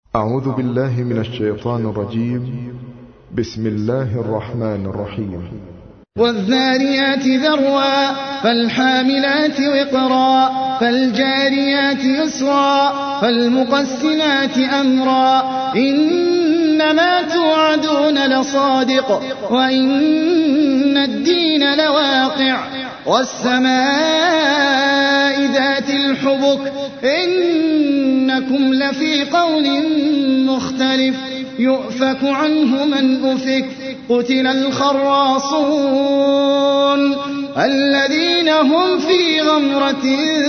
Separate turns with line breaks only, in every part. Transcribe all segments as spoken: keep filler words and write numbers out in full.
أعوذ بالله من الشيطان الرجيم. بسم الله الرحمن الرحيم.
والذاريات ذروا فالحاملات وقرا فالجاريات يسرا فالمقسمات أمرا إنما توعدون لصادق وإن الدين لواقع والسماء ذات الحبك إنكم لفي قول مختلف يؤفك عنه من أفك قتل الخراصون الذين هم في غمرة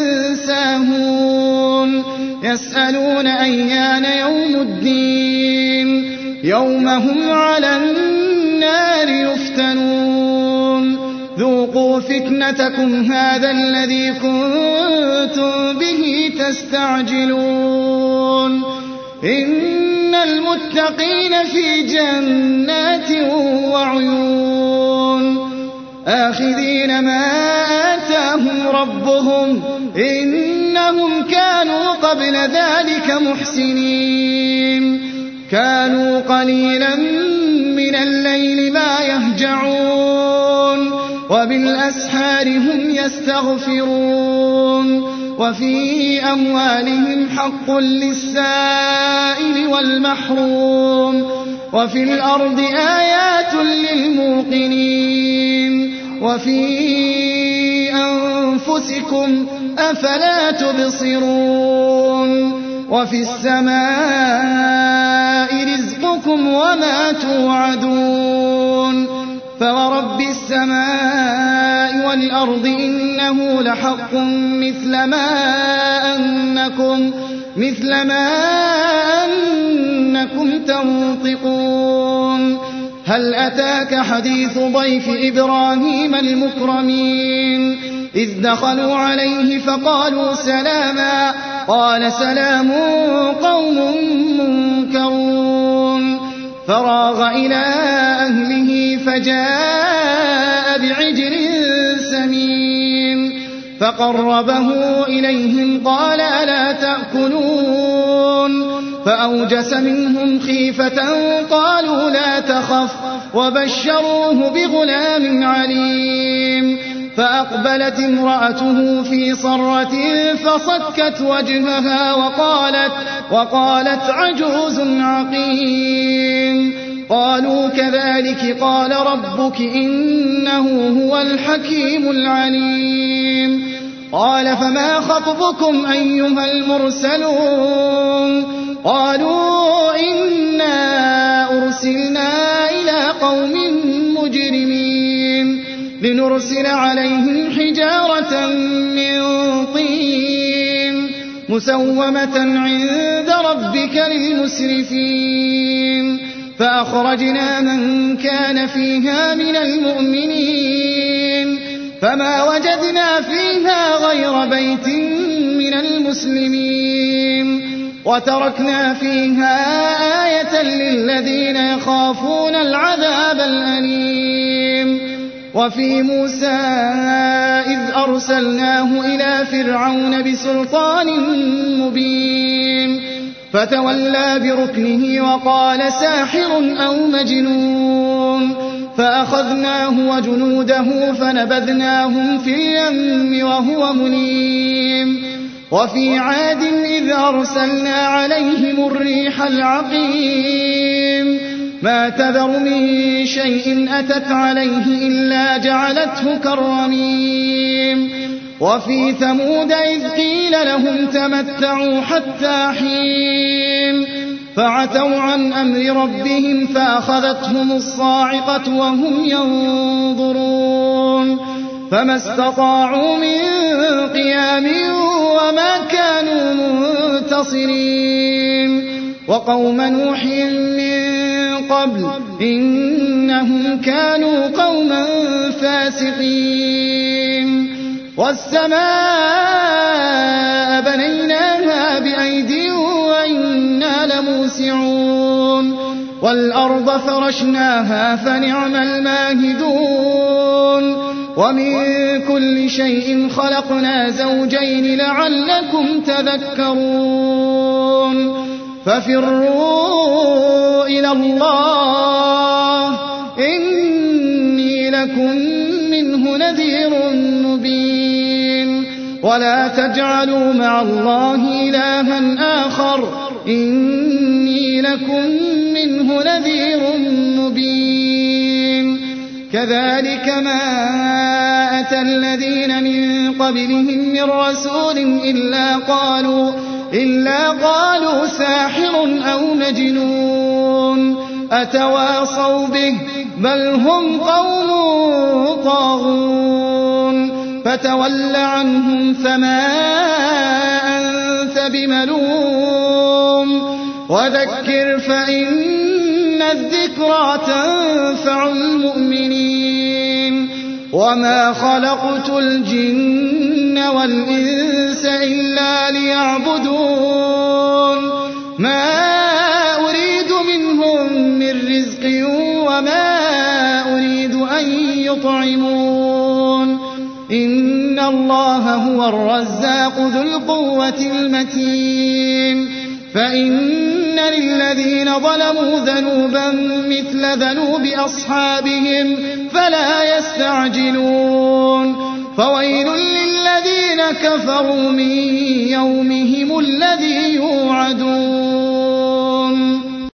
ساهون يسألون أيان يوم الدين يوم هم على النار يفتنون ذوقوا فتنتكم هذا الذي كنتم به تستعجلون إن المتقين في جنات وعيون آخذين ما آتاهم ربهم إنهم كانوا قبل ذلك محسنين كانوا قليلا من الليل ما يهجعون وبالأسحار هم يستغفرون وفي أموالهم حق للسائل والمحروم وفي الأرض آيات للموقنين وفي أنفسكم أفلا تبصرون وفي السماء رزقكم وما توعدون فورب السماء والأرض إنه لحق مثل ما أنكم مثل ما أنكم تنطقون هل أتاك حديث ضيف إبراهيم المكرمين إذ دخلوا عليه فقالوا سلاما قال سلام قوم منكرون فراغ إلى أهله فجاء بعجل سمين فقربه إليهم قال ألا تأكلون فأوجس منهم خيفة قالوا لا تخف وبشروه بغلام عليم فأقبلت امرأته في صرة فصكت وجهها وقالت, وقالت عجوز عقيم قالوا كذلك قال ربك إنه هو الحكيم العليم قال فما خطبكم أيها المرسلون قالوا إنا أرسلنا إلى قوم مجرمين لنرسل عليهم حجارة من طين مسومة عند ربك للمسرفين فأخرجنا من كان فيها من المؤمنين فما وجدنا فيها غير بيت من المسلمين وتركنا فيها آية للذين يخافون العذاب الأليم وفي موسى إذ أرسلناه إلى فرعون بسلطان مبين فتولى بركنه وقال ساحر أو مجنون فأخذناه وجنوده فنبذناهم في اليم وهو مليم وفي عاد إذ أرسلنا عليهم الريح العقيم ما تذر من شيء أتت عليه إلا جعلته كالرميم وفي ثمود إذ قيل لهم تمتعوا حتى حين فعتوا عن أمر ربهم فأخذتهم الصاعقة وهم ينظرون فما استطاعوا من قيام وما كانوا منتصرين وقوم نوح من قبل إنهم كانوا قوما فاسقين والسماء بنيناها بأيد وإنا لموسعون والأرض فرشناها فنعم الماهدون ومن كل شيء خلقنا زوجين لعلكم تذكرون ففروا إلى الله إني لكم منه نذير مبين ولا تجعلوا مع الله إلها آخر إني لكم منه نذير مبين كذلك ما أتى الذين من قبلهم من رسول إلا قالوا إلا قالوا ساحر أو مجنون أتواصوا به بل هم قوم طاغون فتول عنهم فما أنت بملوم وذكر فإن الذكرى تنفع المؤمنين وما خلقت الجن والإنس إلا ليعبدون ما أريد منهم من رزق وما أريد أن يطعمون إن الله هو الرزاق ذو القوة المتين فإن للذين ظلموا ذنوبا مثل ذنوب أصحابهم فلا يستعجلون فويل للذين كفروا من يومهم الذي يوعدون